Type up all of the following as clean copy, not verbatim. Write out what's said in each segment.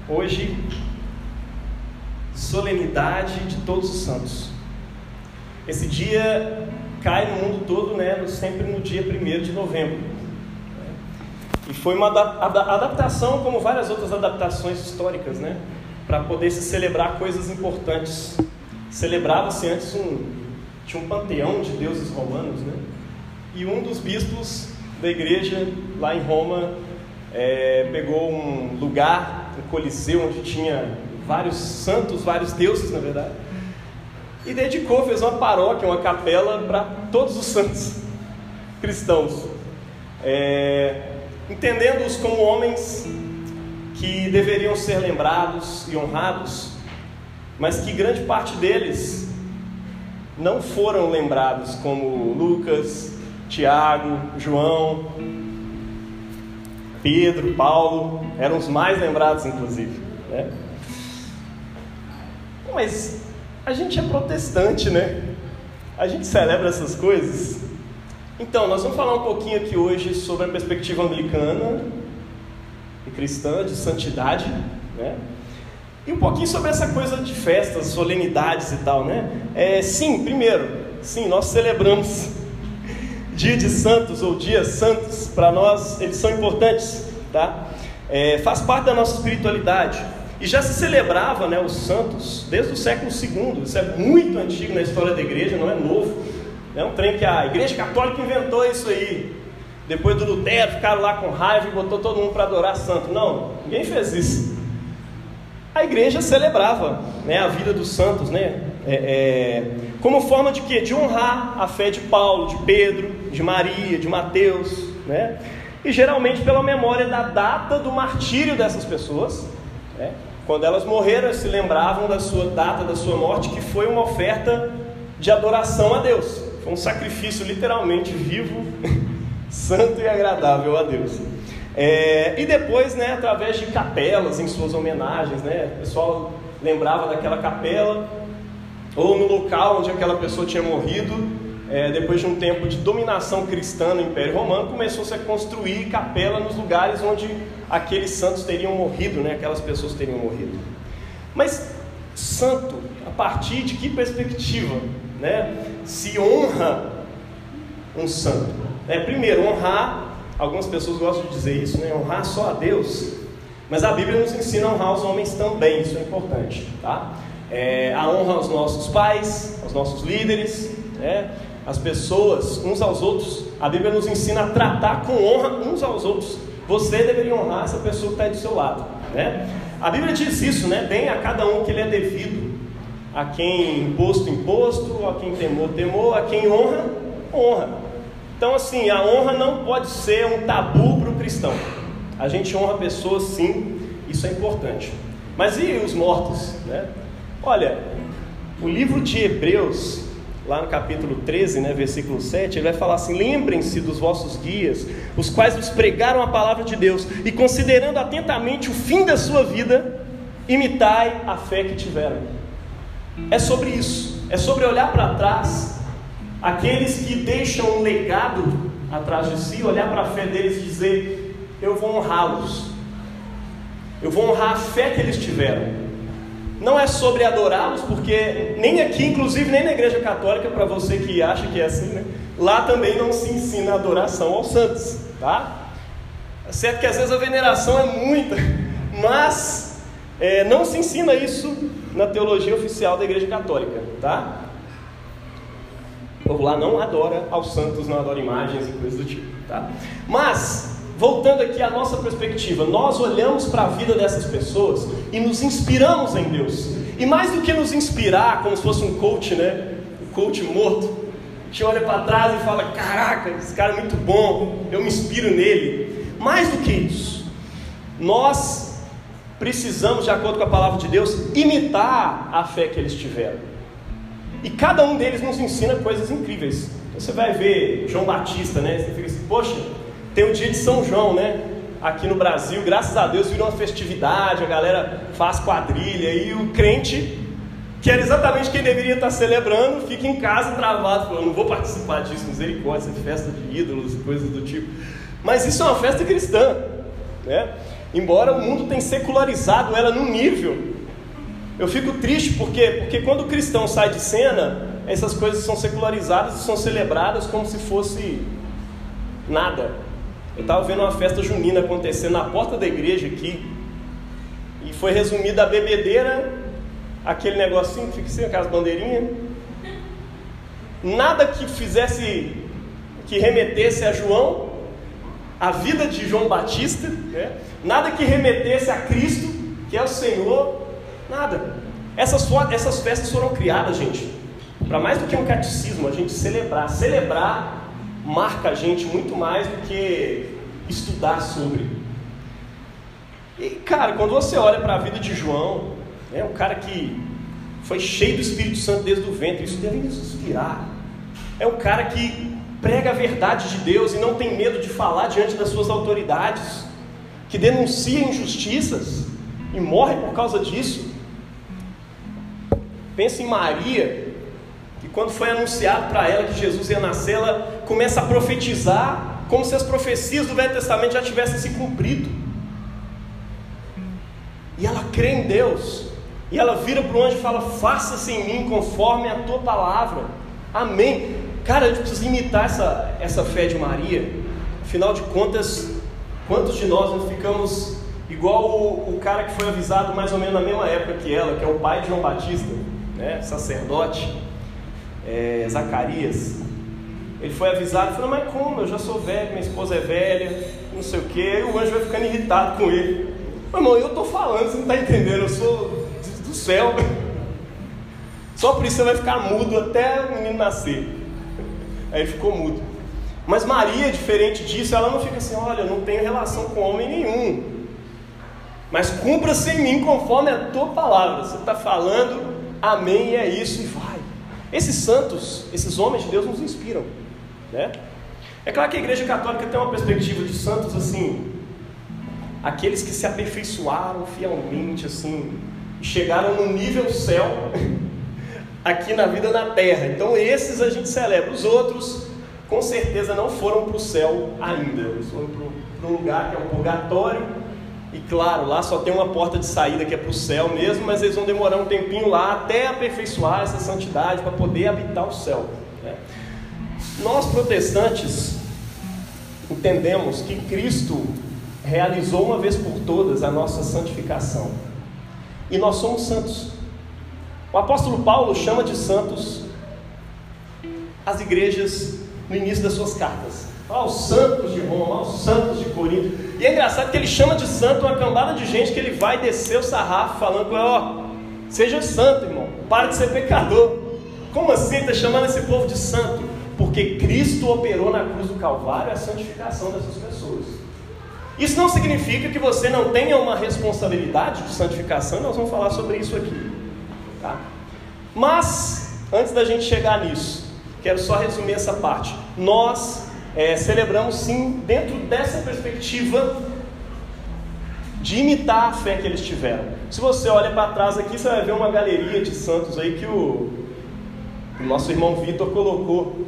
Hoje, solenidade de Todos os Santos. Esse dia cai no mundo todo, sempre no dia 1º de novembro. E foi uma adaptação, como várias outras adaptações históricas, para poder se celebrar coisas importantes. Celebrava-se antes tinha um panteão de deuses romanos, e um dos bispos da igreja lá em Roma pegou um lugar, um coliseu, onde tinha vários santos, vários deuses, na verdade, e fez uma paróquia, uma capela para todos os santos cristãos, entendendo-os como homens que deveriam ser lembrados e honrados, mas que grande parte deles não foram lembrados, como Lucas, Tiago, João, Pedro, Paulo, eram os mais lembrados, inclusive, Mas a gente é protestante, A gente celebra essas coisas. Então, nós vamos falar um pouquinho aqui hoje sobre a perspectiva anglicana e cristã de santidade, E um pouquinho sobre essa coisa de festas, solenidades e tal, Sim, nós celebramos Dia de Santos ou Dias Santos. Para nós, eles são importantes, faz parte da nossa espiritualidade. E já se celebrava, os santos desde o século II. Isso é muito antigo na história da igreja, não é novo. É um trem que a igreja católica inventou isso aí. Depois do Lutero, ficaram lá com raiva e botou todo mundo para adorar santo. Não, ninguém fez isso. A igreja celebrava, a vida dos santos, como forma de quê? De honrar a fé de Paulo, de Pedro, de Maria, de Mateus, E geralmente pela memória da data do martírio dessas pessoas, Quando elas morreram, eles se lembravam da sua data, da sua morte, que foi uma oferta de adoração a Deus. Foi um sacrifício literalmente vivo, santo e agradável a Deus. E depois, através de capelas em suas homenagens, o pessoal lembrava daquela capela, ou no local onde aquela pessoa tinha morrido. Depois de um tempo de dominação cristã no Império Romano, começou-se a construir capela nos lugares onde aqueles santos teriam morrido, aquelas pessoas teriam morrido. Mas santo, a partir de que perspectiva, se honra um santo? Primeiro, honrar, algumas pessoas gostam de dizer isso, honrar só a Deus, mas a Bíblia nos ensina a honrar os homens também, isso é importante, a honra aos nossos pais, aos nossos líderes, as pessoas, uns aos outros. A Bíblia nos ensina a tratar com honra uns aos outros. Você deveria honrar essa pessoa que está aí do seu lado, A Bíblia diz isso, deem a cada um que lhe é devido. A quem imposto, a quem temor, a quem honra, honra. Então assim, a honra não pode ser um tabu para o cristão. A gente honra pessoas, sim, isso é importante. Mas e os mortos, Olha, o livro de Hebreus, lá no capítulo 13, versículo 7, ele vai falar assim: lembrem-se dos vossos guias, os quais vos pregaram a palavra de Deus, e considerando atentamente o fim da sua vida, imitai a fé que tiveram. É sobre isso, é sobre olhar para trás, aqueles que deixam um legado atrás de si, olhar para a fé deles e dizer: eu vou honrá-los, eu vou honrar a fé que eles tiveram. Não é sobre adorá-los, porque nem aqui, inclusive nem na igreja católica, para você que acha que é assim, lá também não se ensina a adoração aos santos, É certo que às vezes a veneração é muita, mas não se ensina isso na teologia oficial da igreja católica, O povo lá não adora aos santos, não adora imagens e coisas do tipo, Mas voltando aqui à nossa perspectiva, nós olhamos para a vida dessas pessoas e nos inspiramos em Deus. E mais do que nos inspirar, como se fosse um coach, um coach morto, a gente olha para trás e fala: caraca, esse cara é muito bom, eu me inspiro nele. Mais do que isso, nós precisamos, de acordo com a palavra de Deus, imitar a fé que eles tiveram. E cada um deles nos ensina coisas incríveis. Você vai ver João Batista, Você fica assim: poxa, tem o dia de São João, Aqui no Brasil, graças a Deus, virou uma festividade, a galera faz quadrilha, e o crente, que era exatamente quem deveria estar celebrando, fica em casa travado, falando: não vou participar disso, misericórdia, de festa de ídolos e coisas do tipo. Mas isso é uma festa cristã, Embora o mundo tenha secularizado ela num nível. Eu fico triste porque quando o cristão sai de cena, essas coisas são secularizadas e são celebradas como se fosse nada. Eu estava vendo uma festa junina acontecer na porta da igreja aqui, e foi resumida a bebedeira, aquele negocinho que fica assim, aquelas bandeirinhas. Nada que remetesse a João, a vida de João Batista, né? Nada que remetesse a Cristo, que é o Senhor, nada. Essas festas foram criadas, gente, para mais do que um catecismo, a gente celebrar. Celebrar marca a gente muito mais do que estudar sobre. E, cara, quando você olha para a vida de João, né, um cara que foi cheio do Espírito Santo desde o ventre, isso deve nos inspirar. É um cara que prega a verdade de Deus e não tem medo de falar diante das suas autoridades, que denuncia injustiças e morre por causa disso. Pensa em Maria, que quando foi anunciado para ela que Jesus ia nascer, ela começa a profetizar como se as profecias do Velho Testamento já tivessem se cumprido. E ela crê em Deus, e ela vira para o anjo e fala: faça-se em mim conforme a tua palavra. Amém. Cara, a gente precisa imitar essa fé de Maria. Afinal de contas, quantos de nós não ficamos igual o cara que foi avisado mais ou menos na mesma época que ela, que é o pai de João Batista, né, sacerdote, Zacarias. Ele foi avisado e falou: mas como? Eu já sou velho, minha esposa é velha, não sei o que. Aí o anjo vai ficando irritado com ele. Mas, irmão, eu estou falando, você não está entendendo, eu sou do céu. Só por isso você vai ficar mudo até o menino nascer. Aí ele ficou mudo. Mas Maria, diferente disso, ela não fica assim: olha, eu não tenho relação com homem nenhum, mas cumpra-se em mim conforme a tua palavra. Você está falando, amém, e é isso, e vai. Esses santos, esses homens de Deus nos inspiram, né? É claro que a Igreja Católica tem uma perspectiva de santos assim, aqueles que se aperfeiçoaram fielmente, assim, e chegaram no nível céu aqui na vida na terra. Então esses a gente celebra. Os outros com certeza não foram para o céu ainda, eles foram para um lugar que é o purgatório. E claro, lá só tem uma porta de saída que é para o céu mesmo, mas eles vão demorar um tempinho lá até aperfeiçoar essa santidade para poder habitar o céu, né? Nós protestantes entendemos que Cristo realizou uma vez por todas a nossa santificação, e nós somos santos. O apóstolo Paulo chama de santos as igrejas no início das suas cartas. Aos santos de Roma, aos santos de Corinto. E é engraçado que ele chama de santo uma cambada de gente que ele vai descer o sarrafo falando: ó, seja santo, irmão, para de ser pecador. Como assim está chamando esse povo de santo? Porque Cristo operou na cruz do Calvário a santificação dessas pessoas. Isso não significa que você não tenha uma responsabilidade de santificação. Nós vamos falar sobre isso aqui, tá? Mas antes da gente chegar nisso, quero só resumir essa parte. Nós celebramos sim dentro dessa perspectiva de imitar a fé que eles tiveram. Se você olha para trás aqui, você vai ver uma galeria de santos aí que o nosso irmão Vitor colocou.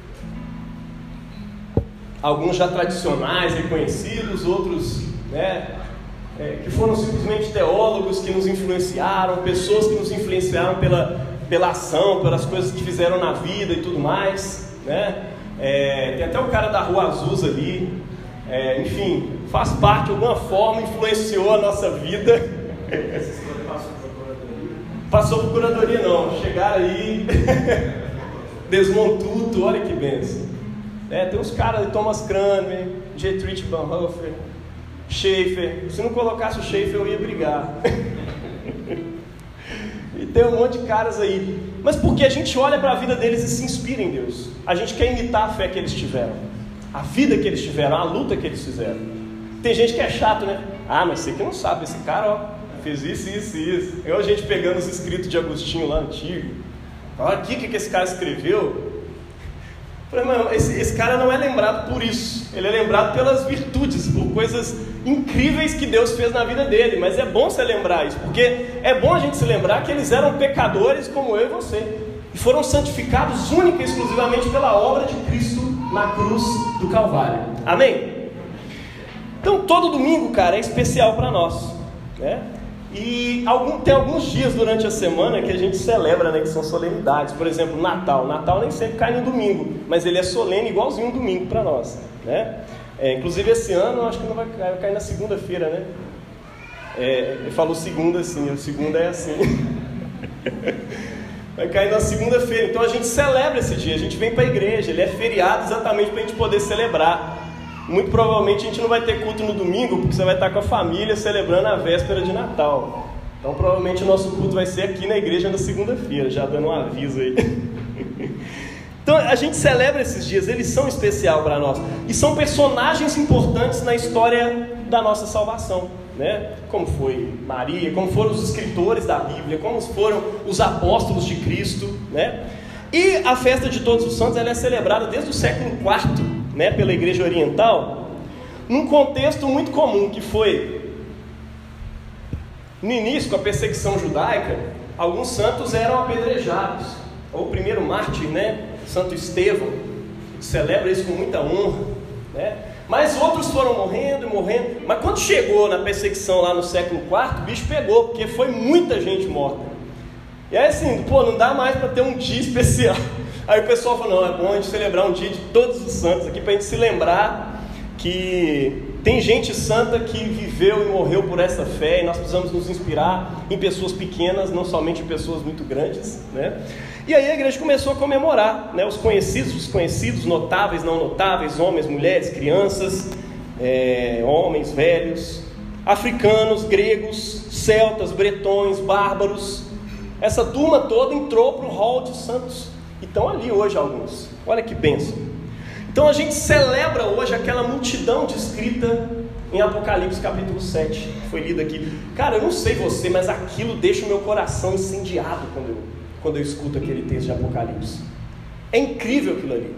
Alguns já tradicionais, reconhecidos, outros, né, que foram simplesmente teólogos que nos influenciaram, pessoas que nos influenciaram pela ação, pelas coisas que fizeram na vida e tudo mais, né? Tem até o cara da Rua Azusa ali, enfim, faz parte de alguma forma, influenciou a nossa vida. Passou por curadoria não, chegaram aí, desmontou tudo, olha que benção. Tem uns caras de Thomas Cranmer, Dietrich Bonhoeffer, Schaeffer. Se não colocasse o Schaeffer eu ia brigar. E tem um monte de caras aí. Mas porque a gente olha para a vida deles e se inspira em Deus. A gente quer imitar a fé que eles tiveram, a vida que eles tiveram, a luta que eles fizeram. Tem gente que é chato, né? Ah, mas você que não sabe, esse cara, ó, fez isso, isso e isso. Eu, a gente pegando os escritos de Agostinho lá antigo. Olha aqui o que esse cara escreveu. Eu falei, mas esse cara não é lembrado por isso. Ele é lembrado pelas virtudes, por coisas incríveis que Deus fez na vida dele. Mas é bom você lembrar isso, porque é bom a gente se lembrar que eles eram pecadores como eu e você, e foram santificados única e exclusivamente pela obra de Cristo na cruz do Calvário. Amém? Então todo domingo, cara, é especial para nós, né? E tem alguns dias durante a semana que a gente celebra, né, que são solenidades. Por exemplo, Natal. Natal nem sempre cai no domingo, mas ele é solene igualzinho um domingo para nós, né? Inclusive esse ano, acho que não vai cair na segunda-feira, né? Ele falou segunda assim, o segunda é assim. Vai cair na segunda-feira. Então a gente celebra esse dia, a gente vem para a igreja. Ele é feriado exatamente para a gente poder celebrar. Muito provavelmente a gente não vai ter culto no domingo, porque você vai estar com a família celebrando a véspera de Natal. Então provavelmente o nosso culto vai ser aqui na igreja na segunda-feira, já dando um aviso aí. Então a gente celebra esses dias, eles são especiais para nós. E são personagens importantes na história da nossa salvação, né? Como foi Maria, como foram os escritores da Bíblia, como foram os apóstolos de Cristo, né? E a festa de Todos os Santos, ela é celebrada desde o século IV, né, pela Igreja Oriental, num contexto muito comum, que foi, no início, com a perseguição judaica, alguns santos eram apedrejados. O primeiro mártir, né, Santo Estevão, celebra isso com muita honra, né? Mas outros foram morrendo e morrendo. Mas quando chegou na perseguição lá no século IV, o bicho pegou, porque foi muita gente morta. E aí assim, não dá mais para ter um dia especial. Aí o pessoal falou, não, é bom a gente celebrar um dia de Todos os Santos aqui, para a gente se lembrar que tem gente santa que viveu e morreu por essa fé, e nós precisamos nos inspirar em pessoas pequenas, não somente em pessoas muito grandes, né? E aí a igreja começou a comemorar, né, os conhecidos, desconhecidos, notáveis, não notáveis, homens, mulheres, crianças, homens, velhos, africanos, gregos, celtas, bretões, bárbaros. Essa turma toda entrou para o hall de santos. E estão ali hoje alguns. Olha que bênção. Então a gente celebra hoje aquela multidão descrita em Apocalipse capítulo 7, que foi lido aqui. Cara, eu não sei você, mas aquilo deixa o meu coração incendiado quando eu escuto aquele texto de Apocalipse. É incrível aquilo ali.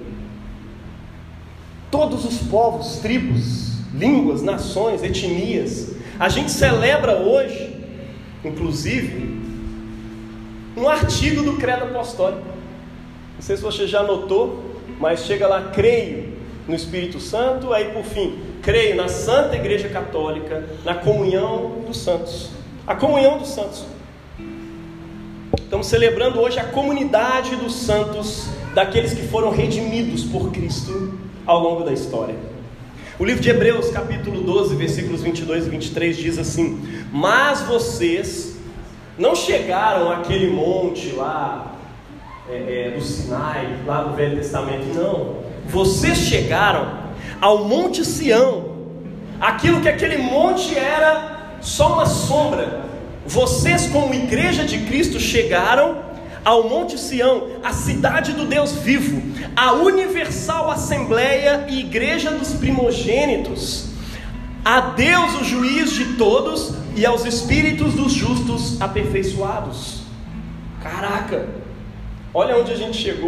Todos os povos, tribos, línguas, nações, etnias. A gente celebra hoje, inclusive, um artigo do Credo Apostólico. Não sei se você já notou, mas chega lá, creio no Espírito Santo, aí por fim, creio na Santa Igreja Católica, na comunhão dos santos. A comunhão dos santos. Estamos celebrando hoje a comunidade dos santos, daqueles que foram redimidos por Cristo ao longo da história. O livro de Hebreus, capítulo 12, versículos 22 e 23, diz assim: mas vocês não chegaram àquele monte lá, do Sinai, lá do Velho Testamento, não. Vocês chegaram ao Monte Sião, aquilo que aquele monte era só uma sombra. Vocês, como igreja de Cristo, chegaram ao Monte Sião, a cidade do Deus vivo, a universal assembleia e igreja dos primogênitos, a Deus o juiz de todos e aos espíritos dos justos aperfeiçoados. Caraca, olha onde a gente chegou.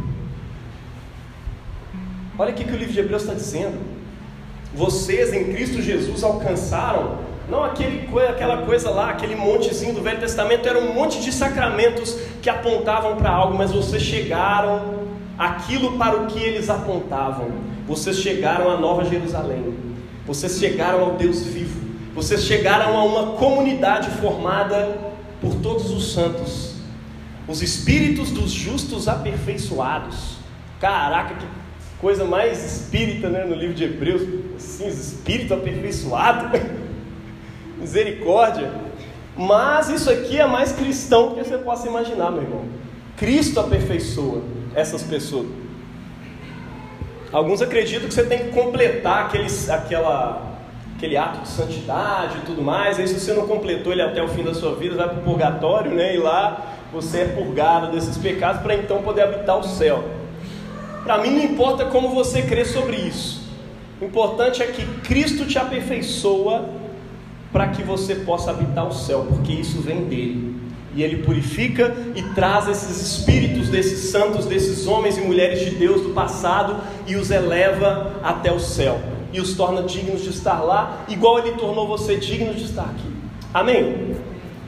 Olha o que o livro de Hebreus está dizendo. Vocês em Cristo Jesus alcançaram, não aquela coisa lá, aquele montezinho do Velho Testamento, era um monte de sacramentos que apontavam para algo, mas vocês chegaram àquilo para o que eles apontavam. Vocês chegaram à Nova Jerusalém, vocês chegaram ao Deus vivo, vocês chegaram a uma comunidade formada por todos os santos, os espíritos dos justos aperfeiçoados. Caraca, que coisa mais espírita, né, no livro de Hebreus, assim, os espíritos aperfeiçoados. Misericórdia. Mas isso aqui é mais cristão do que você possa imaginar, meu irmão. Cristo aperfeiçoa essas pessoas. Alguns acreditam que você tem que completar aquele ato de santidade e tudo mais. Aí se você não completou ele até o fim da sua vida, vai para o purgatório, né? E lá você é purgado desses pecados para então poder habitar o céu. Para mim não importa como você crê sobre isso. O importante é que Cristo te aperfeiçoa para que você possa habitar o céu, porque isso vem dele. E ele purifica e traz esses espíritos desses santos, desses homens e mulheres de Deus do passado, e os eleva até o céu, e os torna dignos de estar lá, igual ele tornou você digno de estar aqui. Amém?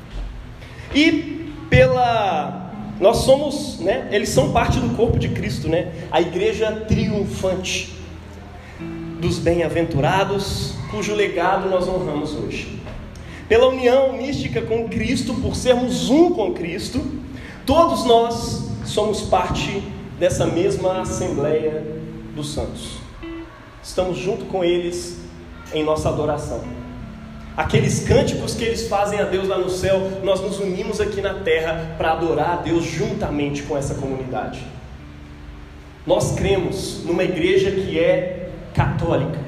E nós somos, né? Eles são parte do corpo de Cristo, né? A igreja triunfante. dos bem-aventurados, cujo legado nós honramos hoje. Pela união mística com Cristo, por sermos um com Cristo, todos nós somos parte dessa mesma Assembleia dos Santos. Estamos junto com eles em nossa adoração. Aqueles cânticos que eles fazem a Deus lá no céu, nós nos unimos aqui na terra para adorar a Deus juntamente com essa comunidade. Nós cremos numa igreja que é católica.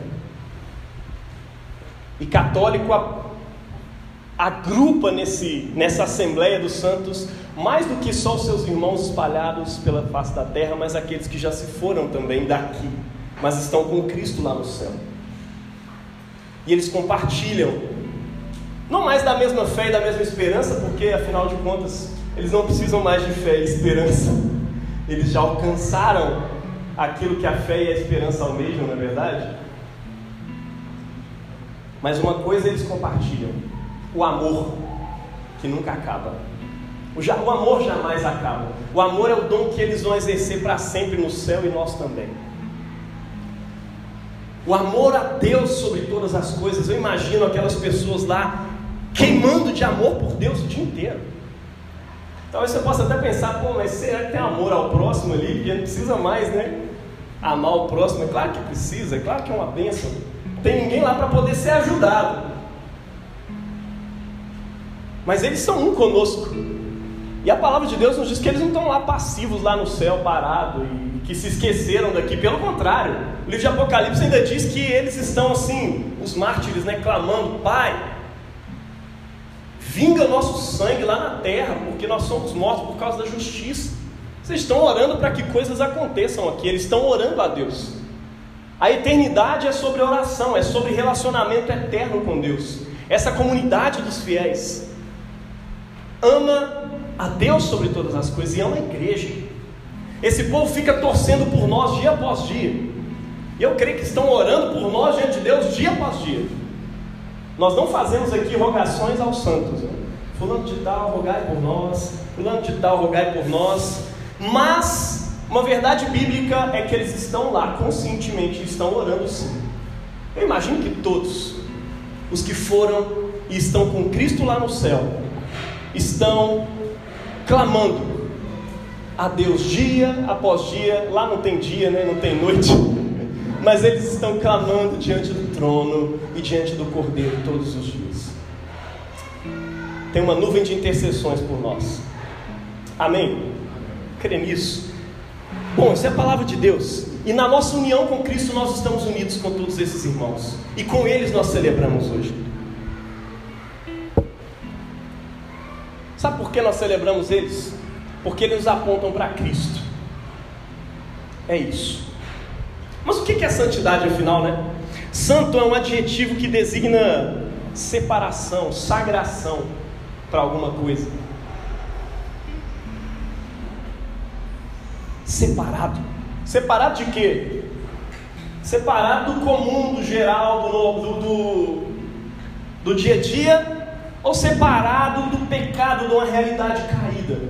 E católico agrupa nessa Assembleia dos Santos mais do que só os seus irmãos espalhados pela face da terra, mas aqueles que já se foram também daqui, mas estão com Cristo lá no céu. E eles compartilham não mais da mesma fé e da mesma esperança, porque afinal de contas eles não precisam mais de fé e esperança, eles já alcançaram aquilo que a fé e a esperança almejam, não é verdade? Mas uma coisa eles compartilham: o amor que nunca acaba. O amor jamais acaba. O amor é o dom que eles vão exercer para sempre no céu, e nós também. O amor a Deus sobre todas as coisas. Eu imagino aquelas pessoas lá queimando de amor por Deus o dia inteiro. Talvez você possa até pensar: pô, mas será que tem amor ao próximo ali? Porque não precisa mais, né? Amar o próximo. É claro que precisa, é claro que é uma bênção. Não tem ninguém lá para poder ser ajudado. Mas eles são um conosco. E a palavra de Deus nos diz que eles não estão lá passivos lá no céu, parados, e que se esqueceram daqui. Pelo contrário, o livro de Apocalipse ainda diz que eles estão assim, os mártires, né, clamando: Pai, vinga o nosso sangue lá na terra, porque nós somos mortos por causa da justiça. Vocês estão orando para que coisas aconteçam aqui. Eles estão orando a Deus. A eternidade é sobre oração, é sobre relacionamento eterno com Deus. Essa comunidade dos fiéis ama a Deus sobre todas as coisas e ama a igreja. Esse povo fica torcendo por nós dia após dia. E eu creio que estão orando por nós diante de Deus dia após dia. Nós não fazemos aqui rogações aos santos, né? Fulano de tal, rogai por nós. Fulano de tal, rogai por nós. Mas uma verdade bíblica é que eles estão lá conscientemente, estão orando sim. Eu imagino que todos os que foram e estão com Cristo lá no céu estão clamando a Deus dia após dia. Lá não tem dia, né? Não tem noite. Mas eles estão clamando diante do trono e diante do Cordeiro todos os dias. Tem uma nuvem de intercessões por nós. Amém? Crê nisso? Bom, isso é a palavra de Deus. E na nossa união com Cristo nós estamos unidos com todos esses irmãos. E com eles nós celebramos hoje. Sabe por que nós celebramos eles? Porque eles nos apontam para Cristo. É isso. Mas o que é santidade afinal, né? Santo é um adjetivo que designa separação, sagração para alguma coisa. Separado. Separado de quê? Separado do comum, do geral, do dia a dia, ou separado do pecado, de uma realidade caída?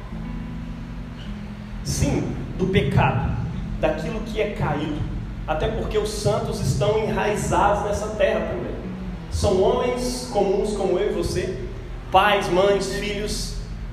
Sim, do pecado, daquilo que é caído. Até porque os santos estão enraizados nessa terra também. São homens comuns como eu e você, pais, mães, filhos,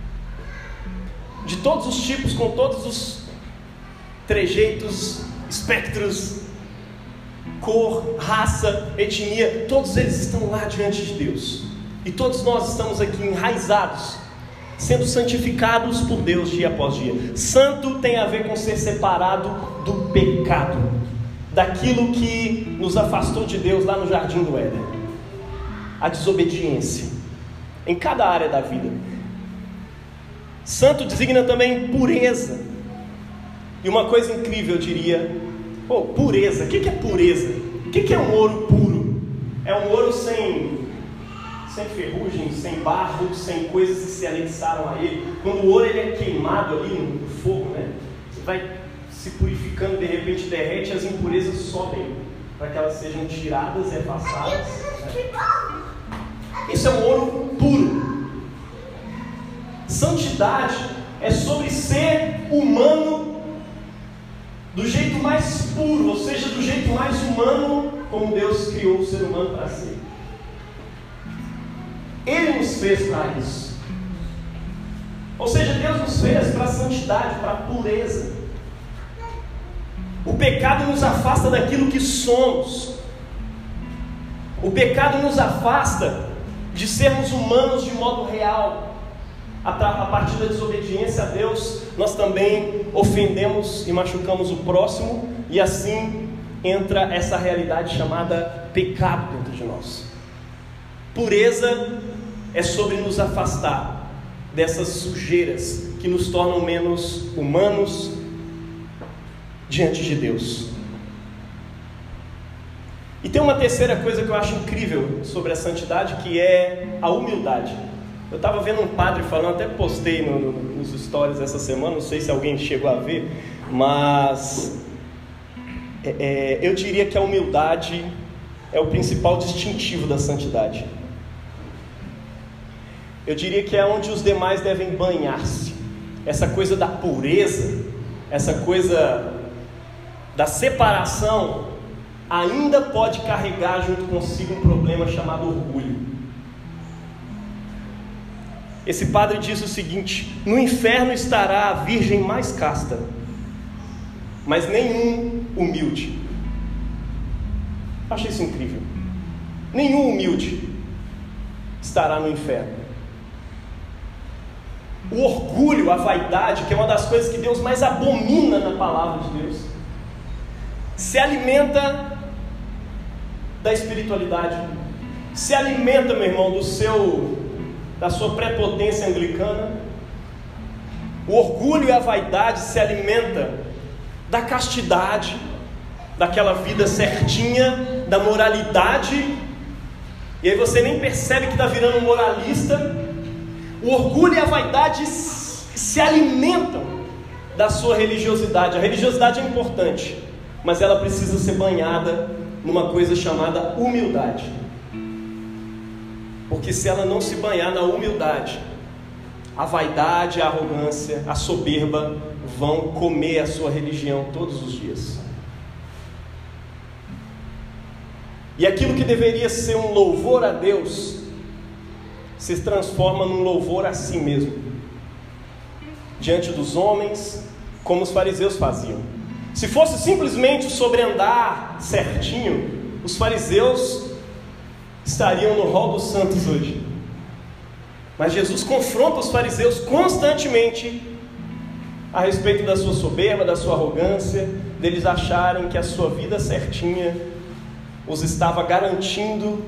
de todos os tipos, com todos os trejeitos, espectros, cor, raça, etnia. Todos eles estão lá diante de Deus. E todos nós estamos aqui enraizados, sendo santificados por Deus dia após dia. Santo tem a ver com ser separado do pecado, daquilo que nos afastou de Deus lá no jardim do Éden. A desobediência em cada área da vida. Santo designa também pureza. E uma coisa incrível, eu diria: pureza. O que é pureza? O que é um ouro puro? É um ouro sem ferrugem, sem barro, sem coisas que se anexaram a ele. Quando o ouro ele é queimado ali no fogo, né? Você vai se purificando, de repente derrete, as impurezas sobem para que elas sejam tiradas e afastadas, né? Isso é um ouro puro. Santidade é sobre ser humano do jeito mais puro, ou seja, do jeito mais humano como Deus criou o ser humano para ser. Ele nos fez para isso. Ou seja, Deus nos fez para a santidade, para a pureza. O pecado nos afasta daquilo que somos. O pecado nos afasta de sermos humanos de modo real. A partir da desobediência a Deus, nós também ofendemos e machucamos o próximo, e assim entra essa realidade chamada pecado dentro de nós. Pureza é sobre nos afastar dessas sujeiras que nos tornam menos humanos diante de Deus. E tem uma terceira coisa que eu acho incrível sobre a santidade, que é a humildade. Eu estava vendo um padre falando, até postei nos stories essa semana, não sei se alguém chegou a ver, mas eu diria que a humildade é o principal distintivo da santidade. Eu diria que é onde os demais devem banhar-se. Essa coisa da pureza, essa coisa da separação, ainda pode carregar junto consigo um problema chamado orgulho. Esse padre diz o seguinte: no inferno estará a virgem mais casta, mas nenhum humilde. Achei isso incrível. Nenhum humilde estará no inferno. O orgulho, a vaidade, que é uma das coisas que Deus mais abomina na palavra de Deus, se alimenta da espiritualidade, se alimenta, meu irmão, da sua prepotência anglicana. O orgulho e a vaidade se alimenta da castidade, daquela vida certinha, da moralidade, e aí você nem percebe que está virando um moralista. O orgulho e a vaidade se alimentam da sua religiosidade. A religiosidade é importante, mas ela precisa ser banhada numa coisa chamada humildade. Porque se ela não se banhar na humildade, a vaidade, a arrogância, a soberba vão comer a sua religião todos os dias. E aquilo que deveria ser um louvor a Deus se transforma num louvor a si mesmo, diante dos homens, como os fariseus faziam. Se fosse simplesmente sobre andar certinho, os fariseus estariam no rol dos santos hoje. Mas Jesus confronta os fariseus constantemente a respeito da sua soberba, da sua arrogância, deles acharem que a sua vida certinha os estava garantindo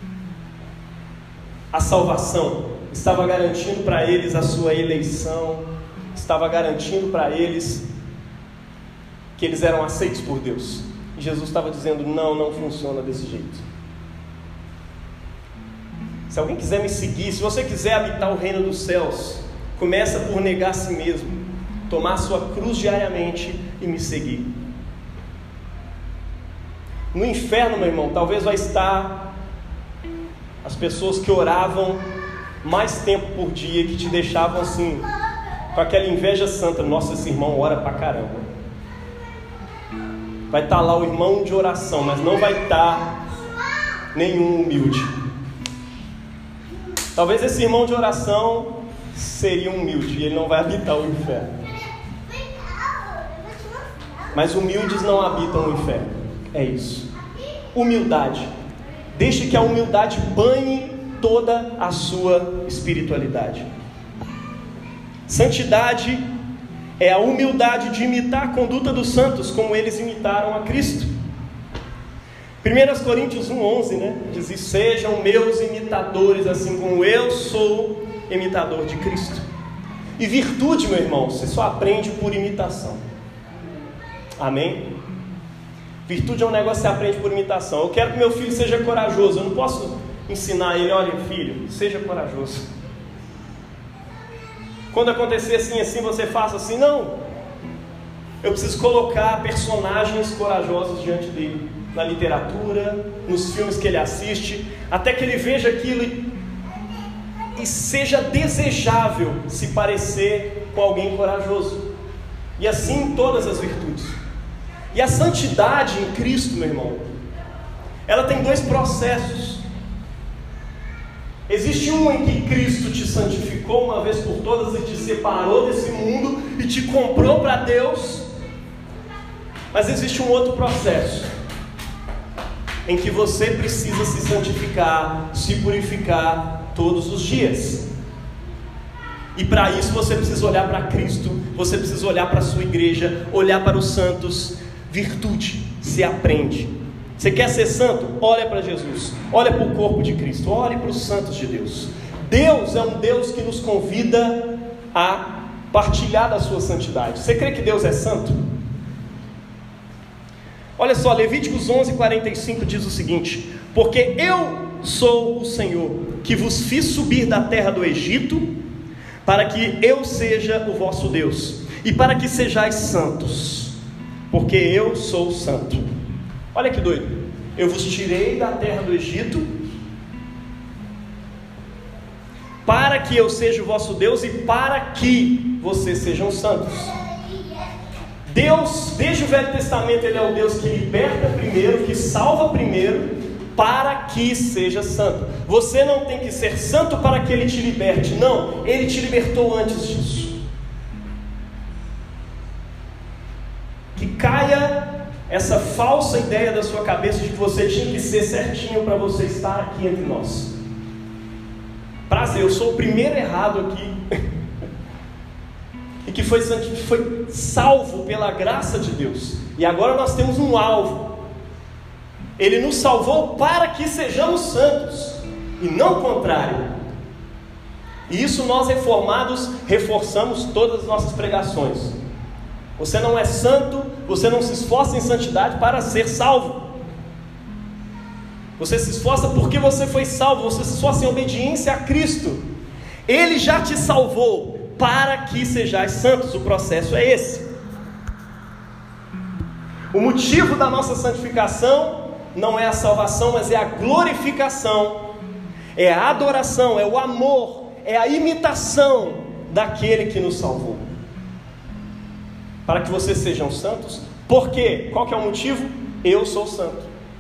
a salvação, estava garantindo para eles a sua eleição, estava garantindo para eles que eles eram aceitos por Deus. E Jesus estava dizendo: não funciona desse jeito. Se alguém quiser me seguir, se você quiser habitar o reino dos céus, começa por negar a si mesmo, tomar a sua cruz diariamente e me seguir. No inferno, meu irmão, talvez vai estar as pessoas que oravam mais tempo por dia, que te deixavam assim, com aquela inveja santa: nossa, esse irmão ora pra caramba. Vai estar lá o irmão de oração, mas não vai estar nenhum humilde. Talvez esse irmão de oração seria humilde, e ele não vai habitar o inferno. Mas humildes não habitam o inferno. É isso. Humildade. Deixe que a humildade banhe toda a sua espiritualidade. Santidade é a humildade de imitar a conduta dos santos, como eles imitaram a Cristo. 1 Coríntios 1,11, diz: sejam meus imitadores, assim como eu sou imitador de Cristo. E virtude, meu irmão, você só aprende por imitação. Amém? Virtude é um negócio que você aprende por imitação. Eu quero que meu filho seja corajoso. Eu não posso ensinar ele: olha, filho, seja corajoso. Quando acontecer assim, você faça assim. Não. Eu preciso colocar personagens corajosos diante dele, na literatura, nos filmes que ele assiste, até que ele veja aquilo e seja desejável se parecer com alguém corajoso. E assim todas as virtudes. E a santidade em Cristo, meu irmão, ela tem dois processos. Existe um em que Cristo te santificou uma vez por todas e te separou desse mundo e te comprou para Deus. Mas existe um outro processo em que você precisa se santificar, se purificar todos os dias. E para isso você precisa olhar para Cristo, você precisa olhar para a sua igreja, olhar para os santos. Virtude se aprende. Você quer ser santo? Olha para Jesus, olha para o corpo de Cristo, olhe para os santos de Deus. Deus é um Deus que nos convida a partilhar da sua santidade. Você crê que Deus é santo? Olha só, Levíticos 11:45 diz o seguinte: porque eu sou o Senhor, que vos fiz subir da terra do Egito, para que eu seja o vosso Deus, e para que sejais santos, porque eu sou santo. Olha que doido, eu vos tirei da terra do Egito, para que eu seja o vosso Deus, e para que vocês sejam santos. Deus, desde o Velho Testamento, Ele é o Deus que liberta primeiro, que salva primeiro, para que seja santo. Você não tem que ser santo para que Ele te liberte, não, Ele te libertou antes disso. Que caia essa falsa ideia da sua cabeça de que você tinha que ser certinho para você estar aqui entre nós. Prazer, eu sou o primeiro errado aqui e que foi salvo pela graça de Deus. E agora nós temos um alvo. Ele nos salvou para que sejamos santos, e não o contrário. E isso nós reformados reforçamos todas as nossas pregações. Você não é santo, você não se esforça em santidade para ser salvo. Você se esforça porque você foi salvo, você se esforça em obediência a Cristo. Ele já te salvou para que sejais santos. O processo é esse. O motivo da nossa santificação não é a salvação, mas é a glorificação, é a adoração, é o amor, é a imitação daquele que nos salvou. Para que vocês sejam santos. Por quê? Qual que é o motivo? Eu sou santo.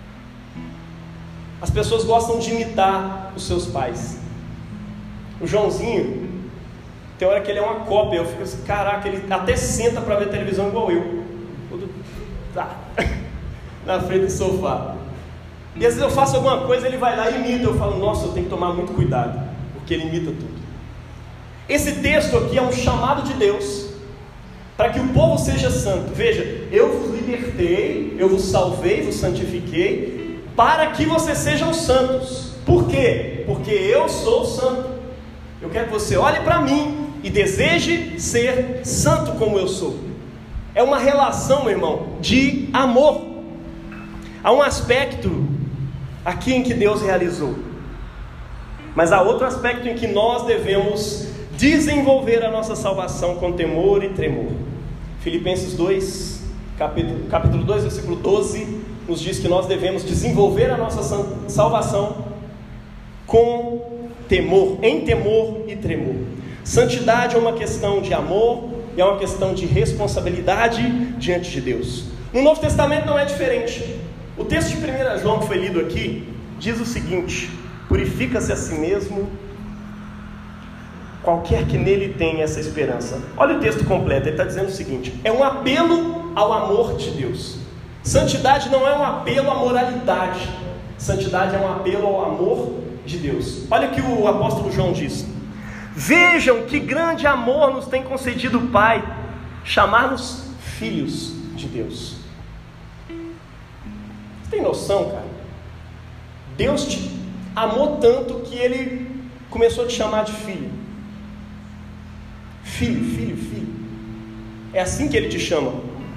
As pessoas gostam de imitar os seus pais. O Joãozinho, tem hora que ele é uma cópia. Eu fico assim, caraca, ele até senta para ver televisão igual eu. Tudo tá na frente do sofá. E às vezes eu faço alguma coisa, ele vai lá e imita. Eu falo, nossa, eu tenho que tomar muito cuidado, porque ele imita tudo. Esse texto aqui é um chamado de Deus para que o povo seja santo. Veja, eu vos libertei, eu vos salvei, vos santifiquei, para que vocês sejam santos. Por quê? Porque eu sou santo. Eu quero que você olhe para mim e deseje ser santo como eu sou. É uma relação, meu irmão, de amor. Há um aspecto aqui em que Deus realizou, mas há outro aspecto em que nós devemos desenvolver a nossa salvação com temor e tremor. Filipenses 2, capítulo 2, versículo 12, nos diz que nós devemos desenvolver a nossa salvação com temor, em temor e tremor. Santidade é uma questão de amor e é uma questão de responsabilidade diante de Deus. No Novo Testamento não é diferente. O texto de 1 João que foi lido aqui diz o seguinte: purifica-se a si mesmo, qualquer que nele tenha essa esperança. Olha o texto completo, ele está dizendo o seguinte: é um apelo ao amor de Deus. Santidade não é um apelo à moralidade, santidade é um apelo ao amor de Deus. Olha o que o apóstolo João diz: vejam que grande amor nos tem concedido o Pai, chamar-nos filhos de Deus. Você tem noção, cara? Deus te amou tanto que Ele começou a te chamar de filho. Filho, filho, filho. É assim que Ele te chama.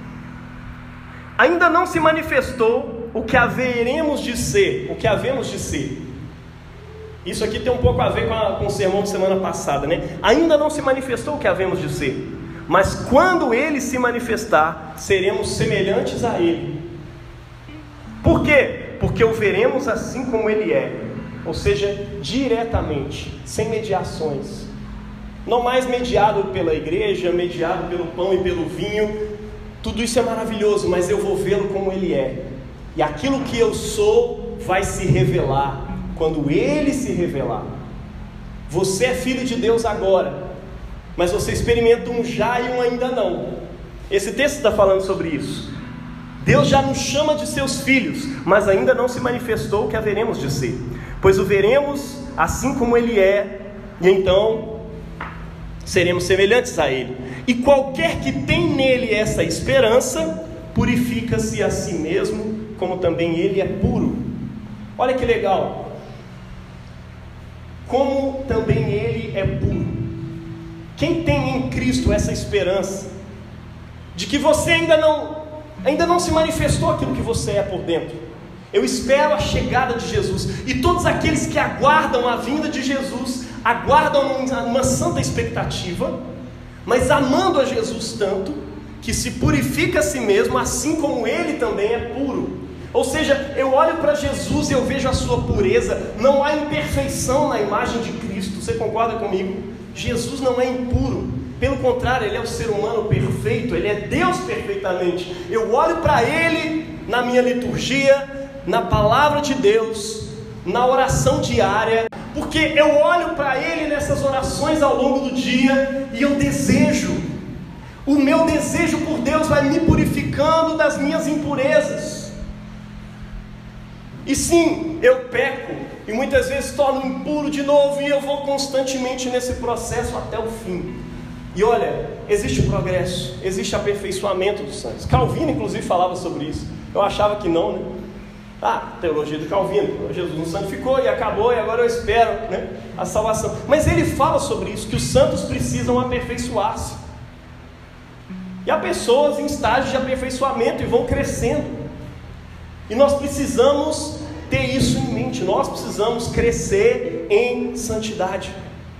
Ainda não se manifestou o que haveremos de ser, o que havemos de ser. Isso aqui tem um pouco a ver com o sermão de semana passada, né? Ainda não se manifestou o que havemos de ser, mas quando Ele se manifestar, seremos semelhantes a Ele. Por quê? Porque o veremos assim como Ele é, ou seja, diretamente, sem mediações. Não mais mediado pela igreja, mediado pelo pão e pelo vinho, Tudo isso é maravilhoso, mas eu vou vê-lo como Ele é. E aquilo que eu sou vai se revelar quando Ele se revelar. Você é filho de Deus agora, mas você experimenta um já e um ainda não. Esse texto está falando sobre isso. Deus já nos chama de seus filhos, mas ainda não se manifestou o que haveremos de ser, pois o veremos assim como Ele é, e então seremos semelhantes a Ele. E qualquer que tem nele essa esperança, purifica-se a si mesmo, como também Ele é puro. Olha que legal, como também Ele é puro. Quem tem em Cristo essa esperança, de que você ainda não se manifestou aquilo que você é por dentro. Eu espero a chegada de Jesus, e todos aqueles que aguardam a vinda de Jesus, aguardam uma santa expectativa, mas amando a Jesus tanto, que se purifica a si mesmo, assim como Ele também é puro. Ou seja, eu olho para Jesus e eu vejo a sua pureza, não há imperfeição na imagem de Cristo. Você concorda comigo? Jesus não é impuro, pelo contrário, Ele é o ser humano perfeito, Ele é Deus perfeitamente. Eu olho para Ele na minha liturgia, na palavra de Deus, na oração diária, porque eu olho para Ele nessas orações ao longo do dia, e eu desejo, o meu desejo por Deus vai me purificando das minhas impurezas. E sim, eu peco, e muitas vezes torno impuro de novo, e eu vou constantemente nesse processo até o fim. E olha, existe progresso, existe aperfeiçoamento dos santos. Calvino inclusive falava sobre isso. Eu achava que não, né? Teologia do Calvino, Jesus não santificou e acabou, e agora eu espero, né, a salvação. Mas ele fala sobre isso, que os santos precisam aperfeiçoar-se. E há pessoas em estágios de aperfeiçoamento e vão crescendo. E nós precisamos ter isso em mente. Nós precisamos crescer em santidade.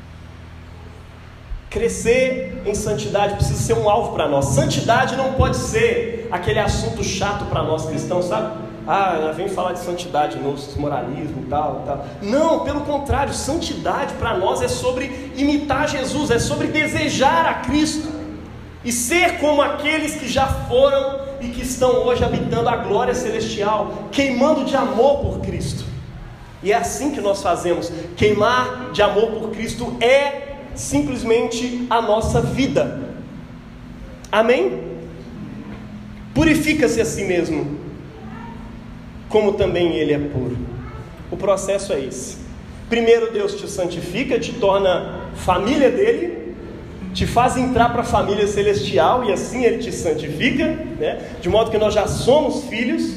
Crescer em santidade precisa ser um alvo para nós. Santidade não pode ser aquele assunto chato para nós cristãos, sabe? Vem falar de santidade de novo, moralismo e tal. Não, pelo contrário, santidade para nós é sobre imitar Jesus, é sobre desejar a Cristo e ser como aqueles que já foram e que estão hoje habitando a glória celestial, queimando de amor por Cristo. E é assim que nós fazemos. Queimar de amor por Cristo é simplesmente a nossa vida. Amém? Purifica-se a si mesmo, como também Ele é puro. O processo é esse. Primeiro Deus te santifica, te torna família dele, te faz entrar para a família celestial, e assim Ele te santifica, né? De modo que nós já somos filhos.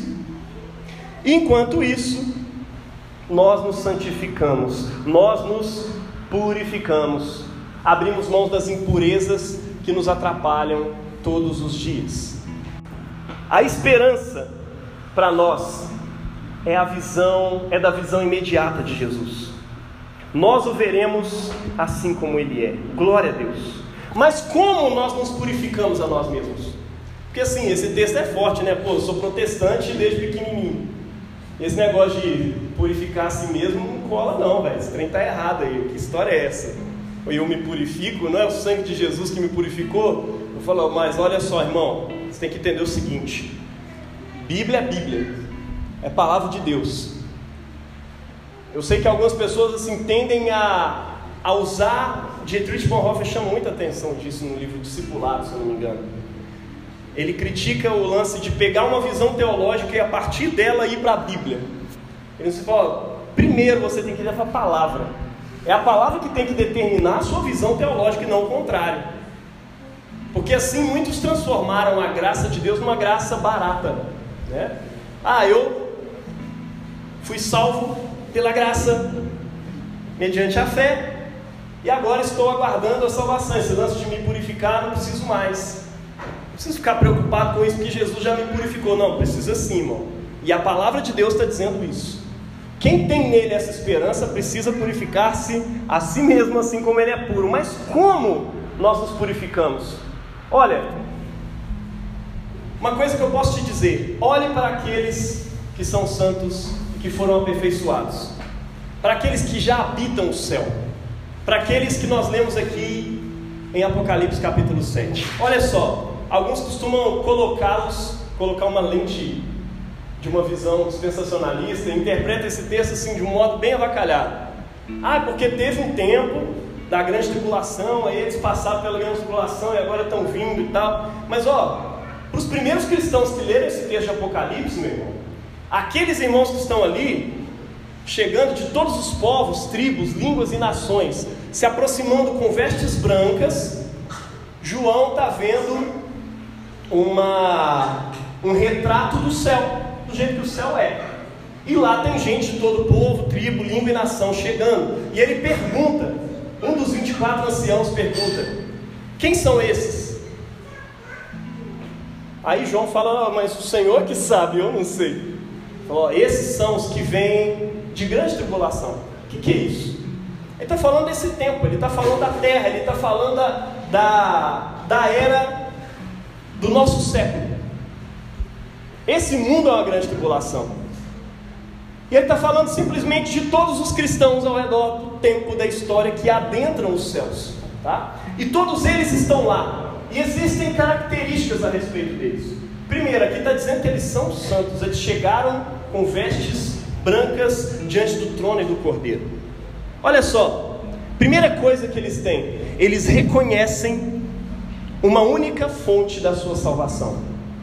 E enquanto isso, nós nos santificamos, nós nos purificamos, abrimos mãos das impurezas que nos atrapalham todos os dias. A esperança para nós é da visão imediata de Jesus. Nós o veremos assim como Ele é. Glória a Deus. Mas como nós nos purificamos a nós mesmos? Porque assim, esse texto é forte, né? Eu sou protestante desde pequenininho. Esse negócio de purificar a si mesmo não cola não, velho. Esse trem tá errado aí. Que história é essa? Eu me purifico, não é o sangue de Jesus que me purificou? Eu falo, mas olha só, irmão, você tem que entender o seguinte: Bíblia é Bíblia, é palavra de Deus. Eu sei que algumas pessoas assim tendem a usar. Dietrich Bonhoeffer chama muita atenção disso no livro Discipulado, se eu não me engano. Ele critica o lance de pegar uma visão teológica e a partir dela ir para a Bíblia. Ele fala, primeiro você tem que ir para a palavra. É a palavra que tem que determinar a sua visão teológica e não o contrário. Porque assim muitos transformaram a graça de Deus numa graça barata, né? Eu fui salvo pela graça, mediante a fé, e agora estou aguardando a salvação. Esse lance de me purificar, não preciso mais. Não preciso ficar preocupado com isso, porque Jesus já me purificou. Não, precisa sim, irmão. E a palavra de Deus está dizendo isso. Quem tem nele essa esperança precisa purificar-se a si mesmo, assim como Ele é puro. Mas como nós nos purificamos? Olha, uma coisa que eu posso te dizer: olhe para aqueles que são santos e que foram aperfeiçoados, para aqueles que já habitam o céu, para aqueles que nós lemos aqui em Apocalipse capítulo 7. Olha só, alguns costumam colocar uma lente de uma visão dispensacionalista e interpreta esse texto assim de um modo bem avacalhado. Porque teve um tempo da grande tribulação, aí eles passaram pela grande tribulação e agora estão vindo e tal. Mas para os primeiros cristãos que leram esse texto de Apocalipse, meu irmão, aqueles irmãos que estão ali, chegando de todos os povos, tribos, línguas e nações, se aproximando com vestes brancas, João está vendo um retrato do céu, do jeito que o céu é. E lá tem gente de todo povo, tribo, língua e nação chegando. E ele pergunta, um dos 24 anciãos pergunta: quem são esses? Aí João fala: mas o Senhor que sabe, eu não sei. Falou: esses são os que vêm de grande tribulação. O que é isso? Ele está falando desse tempo, ele está falando da terra, ele está falando da era do nosso século. Esse mundo é uma grande tribulação. E ele está falando simplesmente de todos os cristãos ao redor do tempo da história que adentram os céus, tá? E todos eles estão lá. E existem características a respeito deles. Primeiro, aqui está dizendo que eles são santos. Eles chegaram com vestes brancas diante do trono e do Cordeiro. Olha só, primeira coisa que eles têm: eles reconhecem uma única fonte da sua salvação.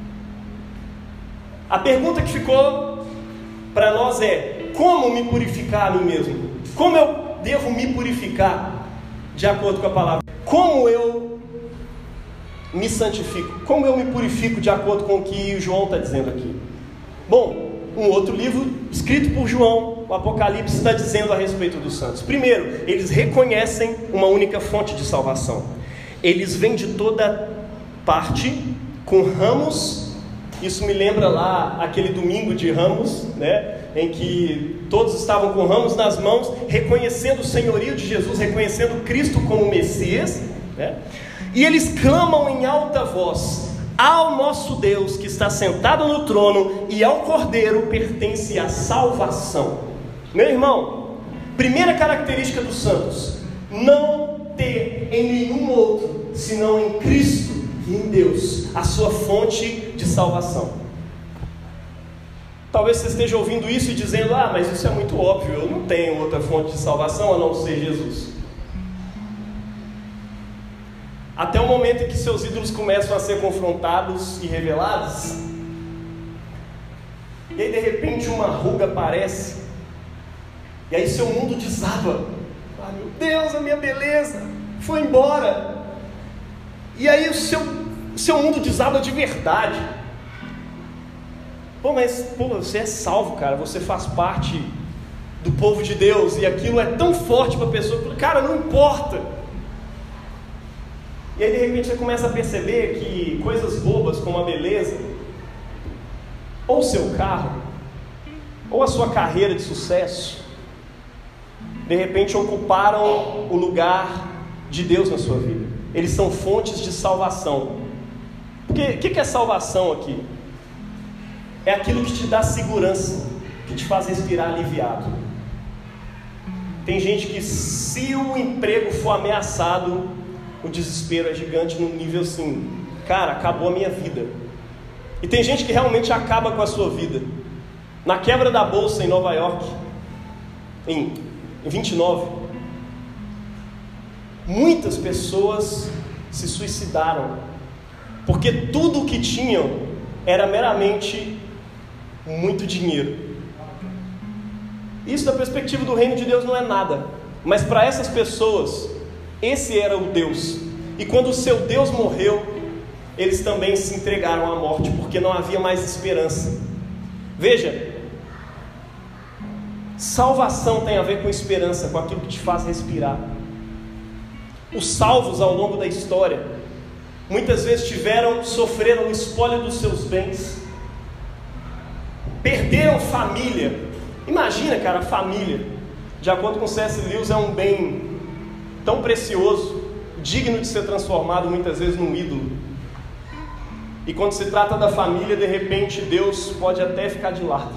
A pergunta que ficou para nós é: como me purificar a mim mesmo? Como eu devo me purificar de acordo com a palavra? Como eu me santifico? Como eu me purifico de acordo com o que João está dizendo aqui? Bom, um outro livro escrito por João, o Apocalipse, está dizendo a respeito dos santos. Primeiro, eles reconhecem uma única fonte de salvação. Eles vêm de toda parte com ramos. Isso me lembra lá aquele domingo de Ramos, né, em que todos estavam com ramos nas mãos, reconhecendo o senhorio de Jesus, reconhecendo Cristo como Messias, né? E eles clamam em alta voz: ao nosso Deus que está sentado no trono e ao Cordeiro pertence a salvação. Meu irmão, primeira característica dos santos: não ter em nenhum outro senão em Cristo e em Deus a sua fonte de salvação. Talvez você esteja ouvindo isso e dizendo: mas isso é muito óbvio, eu não tenho outra fonte de salvação a não ser Jesus. Até o momento em que seus ídolos começam a ser confrontados e revelados, e aí de repente uma ruga aparece, e aí seu mundo desaba. Meu Deus, a minha beleza foi embora. E aí o seu mundo desaba de verdade. Mas você é salvo, cara, você faz parte do povo de Deus, e aquilo é tão forte para a pessoa, cara, não importa. E aí de repente você começa a perceber que coisas bobas como a beleza, ou o seu carro, ou a sua carreira de sucesso, de repente ocuparam o lugar de Deus na sua vida. Eles são fontes de salvação. Porque o que é salvação aqui? É aquilo que te dá segurança, que te faz respirar aliviado. Tem gente que, se o emprego for ameaçado, o desespero é gigante num nível assim: cara, acabou a minha vida. E tem gente que realmente acaba com a sua vida. Na quebra da bolsa em Nova York, em 29, muitas pessoas se suicidaram, porque tudo o que tinham era meramente muito dinheiro. Isso, da perspectiva do reino de Deus, não é nada, mas para essas pessoas, esse era o Deus. E quando o seu Deus morreu, eles também se entregaram à morte, porque não havia mais esperança. Veja, salvação tem a ver com esperança, com aquilo que te faz respirar. Os salvos ao longo da história muitas vezes sofreram o espólio dos seus bens, perderam família. Imagina, cara, família, de acordo com C.S. Lewis, é um bem tão precioso, digno de ser transformado muitas vezes num ídolo. E quando se trata da família, de repente Deus pode até ficar de lado.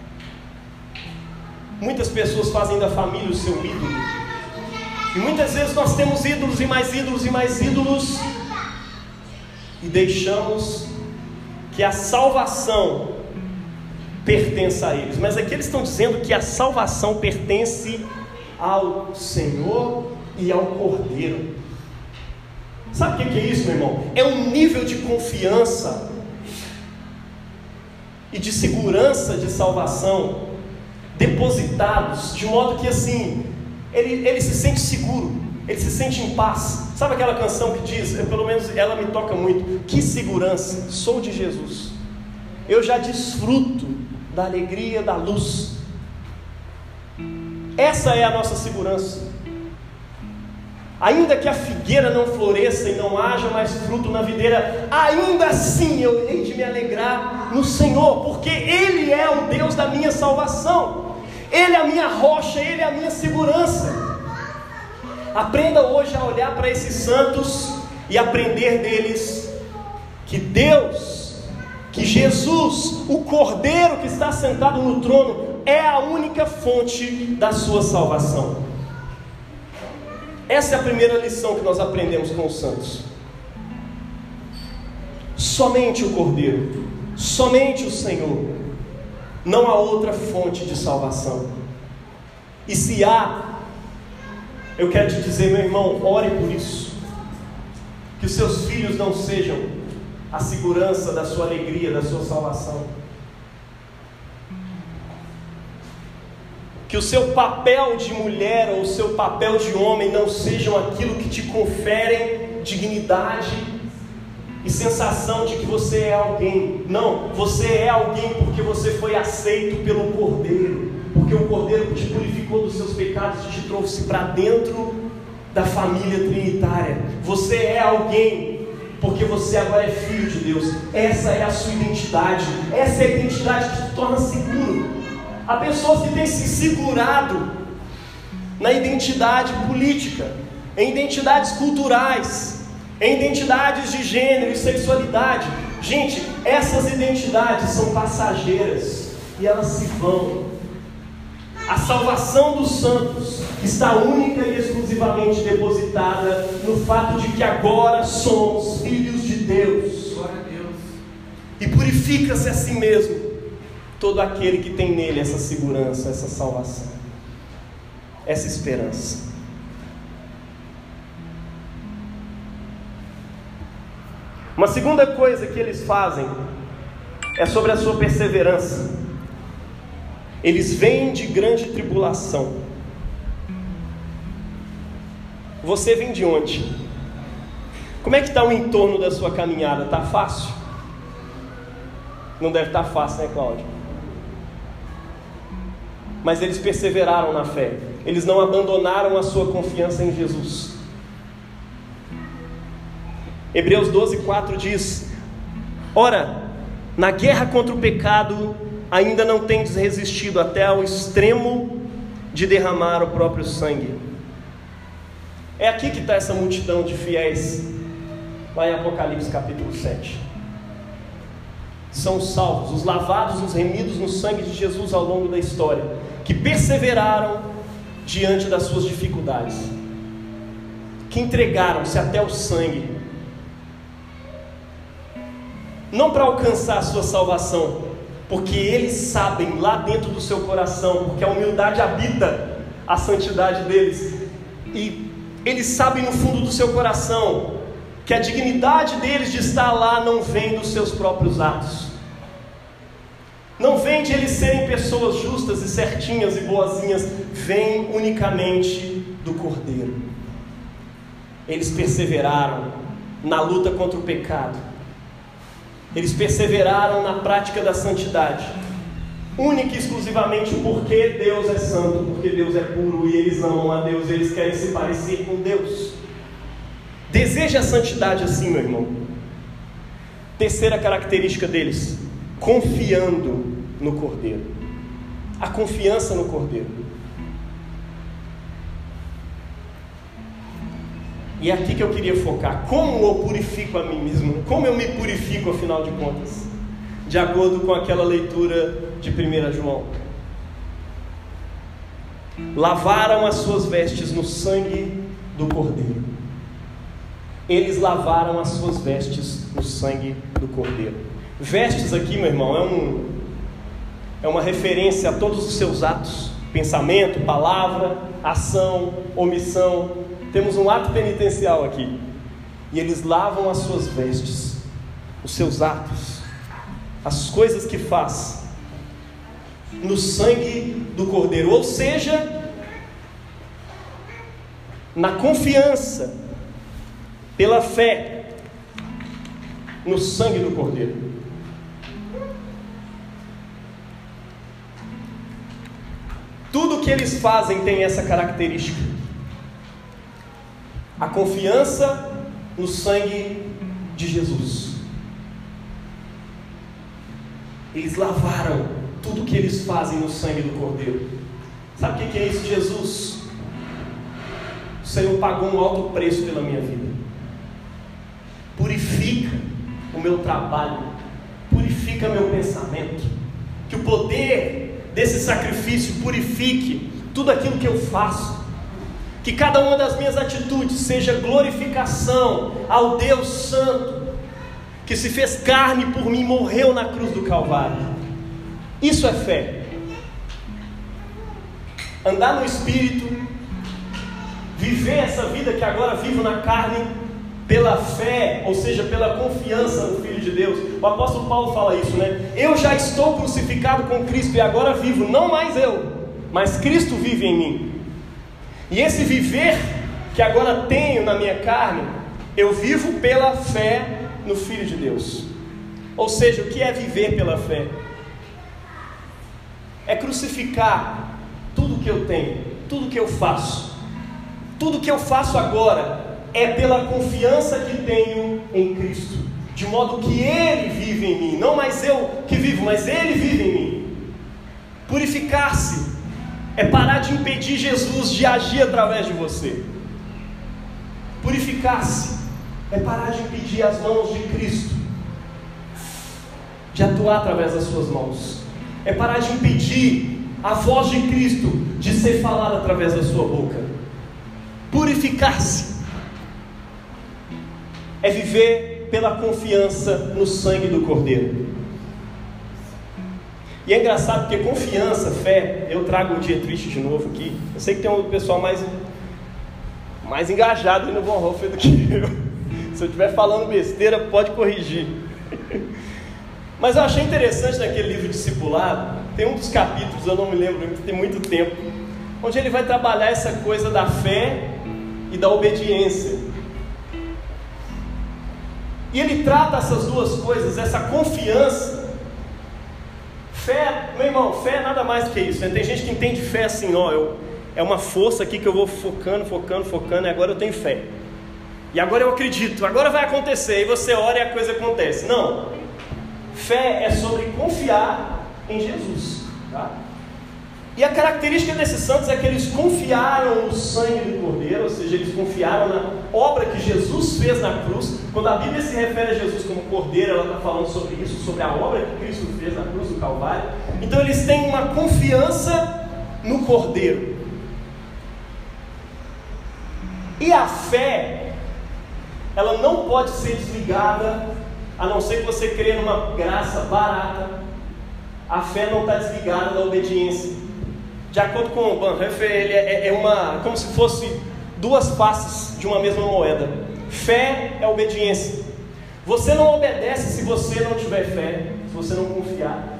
Muitas pessoas fazem da família o seu ídolo, e muitas vezes nós temos ídolos e mais ídolos e mais ídolos, e deixamos que a salvação pertença a eles. Mas aqui eles estão dizendo que a salvação pertence ao Senhor e ao Cordeiro. Sabe o que é isso, meu irmão? É um nível de confiança e de segurança de salvação depositados, de modo que assim, ele se sente seguro, ele se sente em paz. Sabe aquela canção que diz, pelo menos ela me toca muito: que segurança, sou de Jesus, eu já desfruto da alegria da luz. Essa é a nossa segurança. Ainda que a figueira não floresça e não haja mais fruto na videira, ainda assim eu hei de me alegrar no Senhor, porque Ele é o Deus da minha salvação, Ele é a minha rocha, Ele é a minha segurança. Aprenda hoje a olhar para esses santos e aprender deles que Deus, que Jesus, o Cordeiro que está sentado no trono, é a única fonte da sua salvação. Essa é a primeira lição que nós aprendemos com os santos. Somente o Cordeiro, somente o Senhor, não há outra fonte de salvação. E se há, eu quero te dizer, meu irmão, ore por isso, que os seus filhos não sejam a segurança da sua alegria, da sua salvação, que o seu papel de mulher ou o seu papel de homem não sejam aquilo que te conferem dignidade e sensação de que você é alguém. Não, você é alguém porque você foi aceito pelo Cordeiro, porque o Cordeiro te purificou dos seus pecados e te trouxe para dentro da família trinitária. Você é alguém porque você agora é filho de Deus. Essa é a sua identidade, essa é a identidade que te torna seguro. Há pessoas que têm se segurado na identidade política, em identidades culturais, em identidades de gênero e sexualidade. Gente, essas identidades são passageiras e elas se vão. A salvação dos santos está única e exclusivamente depositada no fato de que agora somos filhos de Deus. Glória a Deus. E purifica-se a si mesmo todo aquele que tem nele essa segurança, essa salvação, essa esperança. Uma segunda coisa que eles fazem é sobre a sua perseverança. Eles vêm de grande tribulação. Você vem de onde? Como é que está o entorno da sua caminhada? Está fácil? Não deve estar fácil, né, Cláudio? Mas eles perseveraram na fé, eles não abandonaram a sua confiança em Jesus. Hebreus 12:4 diz: ora, na guerra contra o pecado, ainda não tendes resistido até ao extremo de derramar o próprio sangue. É aqui que está essa multidão de fiéis, lá em Apocalipse capítulo 7. São os salvos, os lavados, os remidos no sangue de Jesus ao longo da história, que perseveraram diante das suas dificuldades, que entregaram-se até o sangue, não para alcançar a sua salvação, porque eles sabem lá dentro do seu coração, porque a humildade habita a santidade deles, e eles sabem no fundo do seu coração que a dignidade deles de estar lá não vem dos seus próprios atos, não vem de eles serem pessoas justas e certinhas e boazinhas, vem unicamente do Cordeiro. Eles perseveraram na luta contra o pecado, eles perseveraram na prática da santidade, única e exclusivamente porque Deus é santo, porque Deus é puro e eles amam a Deus, eles querem se parecer com Deus. Deseja a santidade assim, meu irmão. Terceira característica deles: confiando no Cordeiro. A confiança no Cordeiro. E é aqui que eu queria focar. Como eu purifico a mim mesmo? Como eu me purifico, afinal de contas? De acordo com aquela leitura de 1 João. Lavaram as suas vestes no sangue do Cordeiro. eles lavaram as suas vestes no sangue do Cordeiro. Vestes aqui, meu irmão, é uma referência a todos os seus atos, pensamento, palavra, ação, omissão. Temos um ato penitencial aqui. E eles lavam as suas vestes, os seus atos, as coisas que faz, no sangue do Cordeiro. Ou seja, na confiança, pela fé, no sangue do Cordeiro. Tudo que eles fazem tem essa característica. A confiança no sangue de Jesus. Eles lavaram tudo que eles fazem no sangue do Cordeiro. Sabe o que é isso, Jesus? O Senhor pagou um alto preço pela minha vida. Purifica o meu trabalho, purifica meu pensamento. Que o poder desse sacrifício purifique tudo aquilo que eu faço. Que cada uma das minhas atitudes seja glorificação ao Deus Santo, que se fez carne por mim, morreu na cruz do Calvário. Isso é fé. Andar no Espírito, viver essa vida que agora vivo na carne, pela fé, ou seja, pela confiança no Filho de Deus. O apóstolo Paulo fala isso, né? Eu já estou crucificado com Cristo e agora vivo, não mais eu, mas Cristo vive em mim. E esse viver que agora tenho na minha carne, eu vivo pela fé no Filho de Deus. Ou seja, o que é viver pela fé? É crucificar tudo que eu tenho, tudo que eu faço. Tudo que eu faço agora é pela confiança que tenho em Cristo, de modo que Ele vive em mim, não mais eu que vivo, mas Ele vive em mim. Purificar-se é parar de impedir Jesus de agir através de você. Purificar-se é parar de impedir as mãos de Cristo de atuar através das suas mãos. É parar de impedir a voz de Cristo de ser falada através da sua boca. Purificar-se é viver pela confiança no sangue do Cordeiro. E é engraçado porque confiança, fé, eu trago o Dietrich de novo aqui. Eu sei que tem um pessoal mais engajado aí no Bonhoeffer do que eu. Se eu estiver falando besteira, pode corrigir. Mas eu achei interessante naquele livro Discipulado, tem um dos capítulos, eu não me lembro, tem muito tempo, onde ele vai trabalhar essa coisa da fé e da obediência. E ele trata essas duas coisas, essa confiança. Fé, meu irmão, fé é nada mais do que isso, né? Tem gente que entende fé assim, é uma força aqui que eu vou focando, e agora eu tenho fé. E agora eu acredito, agora vai acontecer, e você ora e a coisa acontece. Não, fé é sobre confiar em Jesus, tá? E a característica desses santos é que eles confiaram no sangue do Cordeiro, ou seja, eles confiaram na obra que Jesus fez na cruz. Quando a Bíblia se refere a Jesus como Cordeiro, ela está falando sobre isso, sobre a obra que Cristo fez na cruz do Calvário. Então eles têm uma confiança no Cordeiro. E a fé, ela não pode ser desligada, a não ser que você crê numa graça barata. A fé não está desligada da obediência. De acordo com o Bonhoeffer, ele é como se fosse duas faces de uma mesma moeda. Fé é obediência. Você não obedece se você não tiver fé, se você não confiar.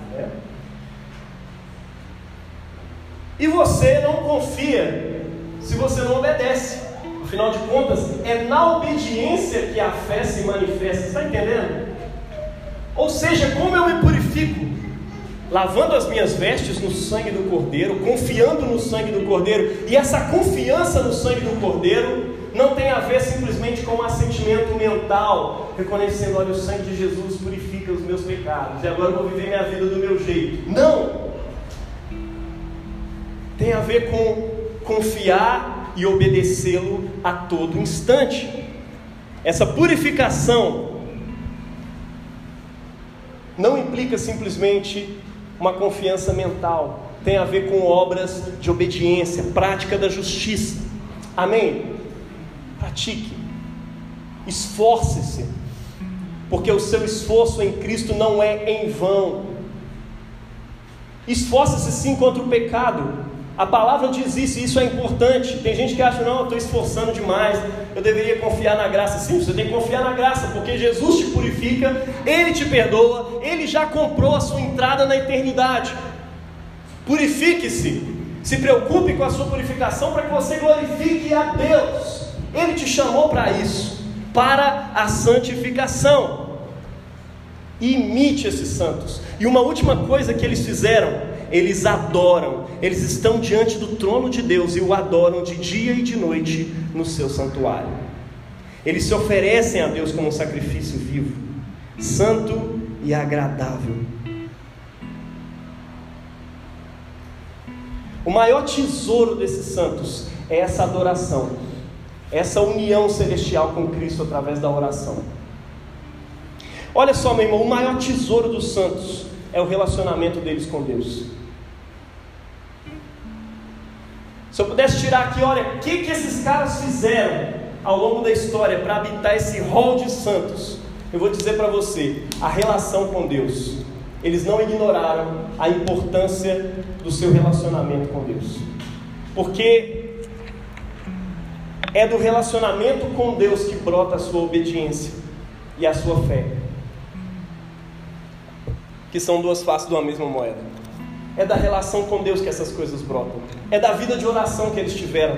E você não confia se você não obedece. Afinal de contas, é na obediência que a fé se manifesta. Você está entendendo? Ou seja, como eu me purifico? Lavando as minhas vestes no sangue do Cordeiro, confiando no sangue do Cordeiro. E essa confiança no sangue do Cordeiro não tem a ver simplesmente com um assentimento mental, reconhecendo, olha, o sangue de Jesus purifica os meus pecados, e agora eu vou viver minha vida do meu jeito. Não! Tem a ver com confiar e obedecê-lo a todo instante. Essa purificação não implica simplesmente uma confiança mental, tem a ver com obras de obediência, prática da justiça. Amém? Pratique. Esforce-se, porque o seu esforço em Cristo não é em vão. Esforce-se sim contra o pecado. A palavra diz isso e isso é importante. Tem gente que acha, não, eu estou esforçando demais, eu deveria confiar na graça. Sim, você tem que confiar na graça, porque Jesus te purifica, Ele te perdoa, Ele já comprou a sua entrada na eternidade. Purifique-se, se preocupe com a sua purificação para que você glorifique a Deus. Ele te chamou para isso, para a santificação. Imite esses santos. E uma última coisa que eles fizeram: eles adoram, eles estão diante do trono de Deus e o adoram de dia e de noite no seu santuário. Eles se oferecem a Deus como um sacrifício vivo, santo e agradável. O maior tesouro desses santos é essa adoração, essa união celestial com Cristo através da oração. Olha só, meu irmão, o maior tesouro dos santos é o relacionamento deles com Deus. Se eu pudesse tirar aqui, olha, o que esses caras fizeram ao longo da história para habitar esse rol de santos, eu vou dizer para você: a relação com Deus. Eles não ignoraram a importância do seu relacionamento com Deus, porque é do relacionamento com Deus que brota a sua obediência e a sua fé, que são duas faces de uma mesma moeda. É da relação com Deus que essas coisas brotam. É da vida de oração que eles tiveram.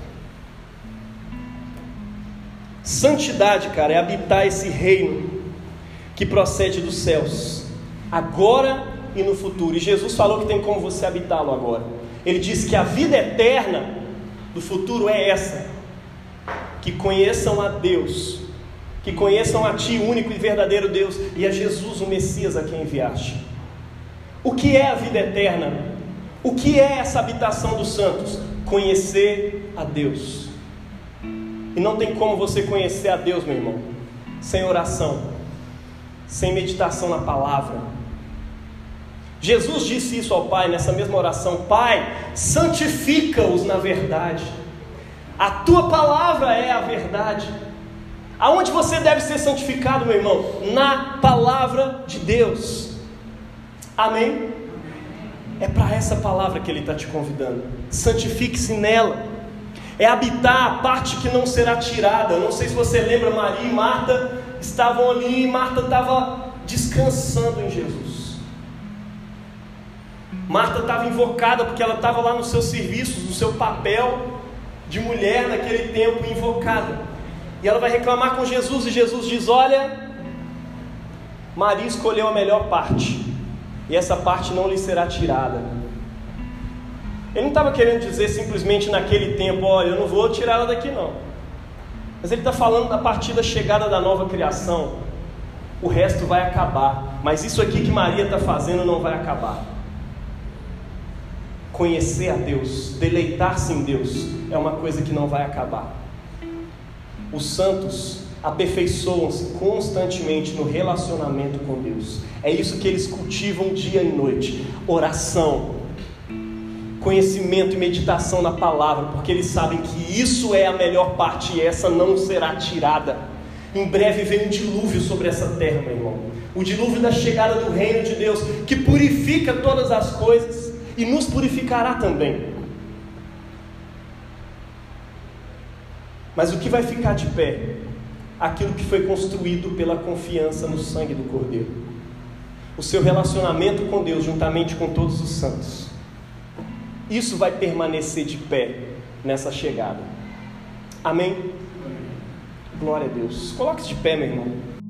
Santidade, cara, é habitar esse reino que procede dos céus, agora e no futuro. E Jesus falou que tem como você habitá-lo agora. Ele disse que a vida eterna do futuro é essa: que conheçam a Deus, que conheçam a Ti, o único e verdadeiro Deus, e a Jesus, o Messias, a quem enviaste. O que é a vida eterna? O que é essa habitação dos santos? Conhecer a Deus. E não tem como você conhecer a Deus, meu irmão, sem oração, sem meditação na palavra. Jesus disse isso ao Pai nessa mesma oração: Pai, santifica-os na verdade. A Tua palavra é a verdade. Aonde você deve ser santificado, meu irmão? Na palavra de Deus. Amém? É para essa palavra que Ele está te convidando. Santifique-se nela. É habitar a parte que não será tirada. Eu não sei se você lembra, Maria e Marta estavam ali, e Marta estava descansando em Jesus. Marta estava invocada porque ela estava lá nos seus serviços, no seu papel de mulher naquele tempo, invocada. E ela vai reclamar com Jesus, e Jesus diz: olha, Maria escolheu a melhor parte, e essa parte não lhe será tirada. Ele não estava querendo dizer simplesmente naquele tempo: olha, eu não vou tirar ela daqui não. Mas ele está falando da partir da chegada da nova criação. O resto vai acabar, mas isso aqui que Maria está fazendo não vai acabar. Conhecer a Deus, deleitar-se em Deus, é uma coisa que não vai acabar. Os santos aperfeiçoam-se constantemente no relacionamento com Deus. É isso que eles cultivam dia e noite: oração, conhecimento e meditação na palavra, porque eles sabem que isso é a melhor parte e essa não será tirada. Em breve vem um dilúvio sobre essa terra, meu irmão, o dilúvio da chegada do reino de Deus, que purifica todas as coisas e nos purificará também. Mas o que vai ficar de pé? Aquilo que foi construído pela confiança no sangue do Cordeiro. O seu relacionamento com Deus, juntamente com todos os santos. Isso vai permanecer de pé nessa chegada. Amém? Glória a Deus. Coloque-se de pé, meu irmão.